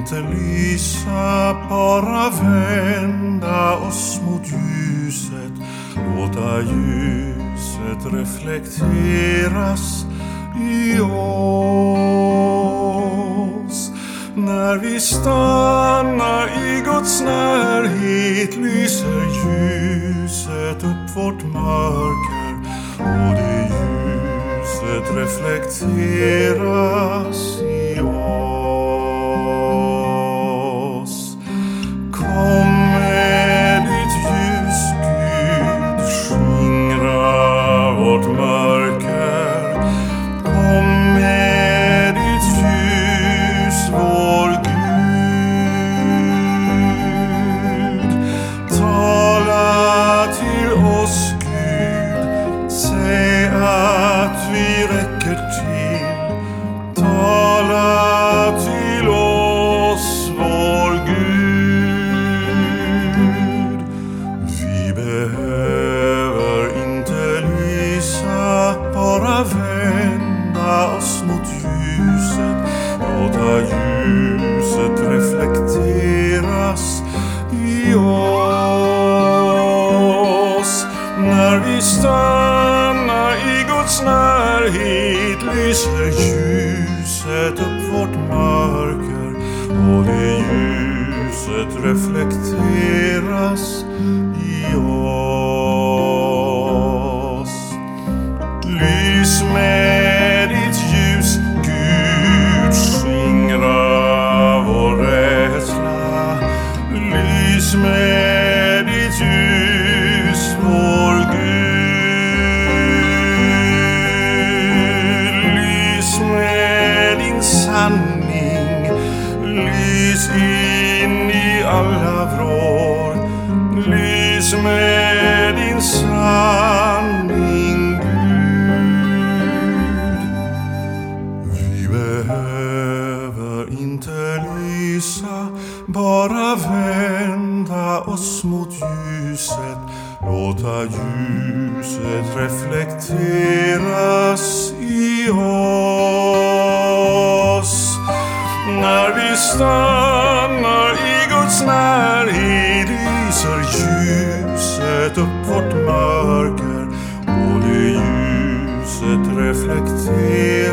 inte lysa, bara vända oss mot ljuset. Låta ljuset reflekteras i oss. När vi stannar i Guds närhet lyser ljuset upp vårt mörker, och det ljuset reflekteras i oss. Kom med ditt ljus, Gud, skingra vårt mörker. Kom med ditt ljus, vår Gud. Tala till oss, Gud, säg att vi räcker till. Tala till oss, vår Gud. Vi behöver inte lysa, bara vända oss mot ljuset. Låta ljuset reflekteras i oss. När vi stannar i Guds närhet lyser ljuset upp vårt mörker, och det ljuset reflekteras i oss. Lys med ditt ljus, Gud, skingra vår rädsla. Lys med ditt ljus, vår Gud. Lys med din sanning, lys in i alla vrår. Lys med din sanning, Gud. Vi behöver inte lysa, bara vända oss mot ljuset. Låta ljuset reflekteras i oss. När vi stannar i Guds närhet lyser ljuset upp vårt mörker, och det ljuset reflekteras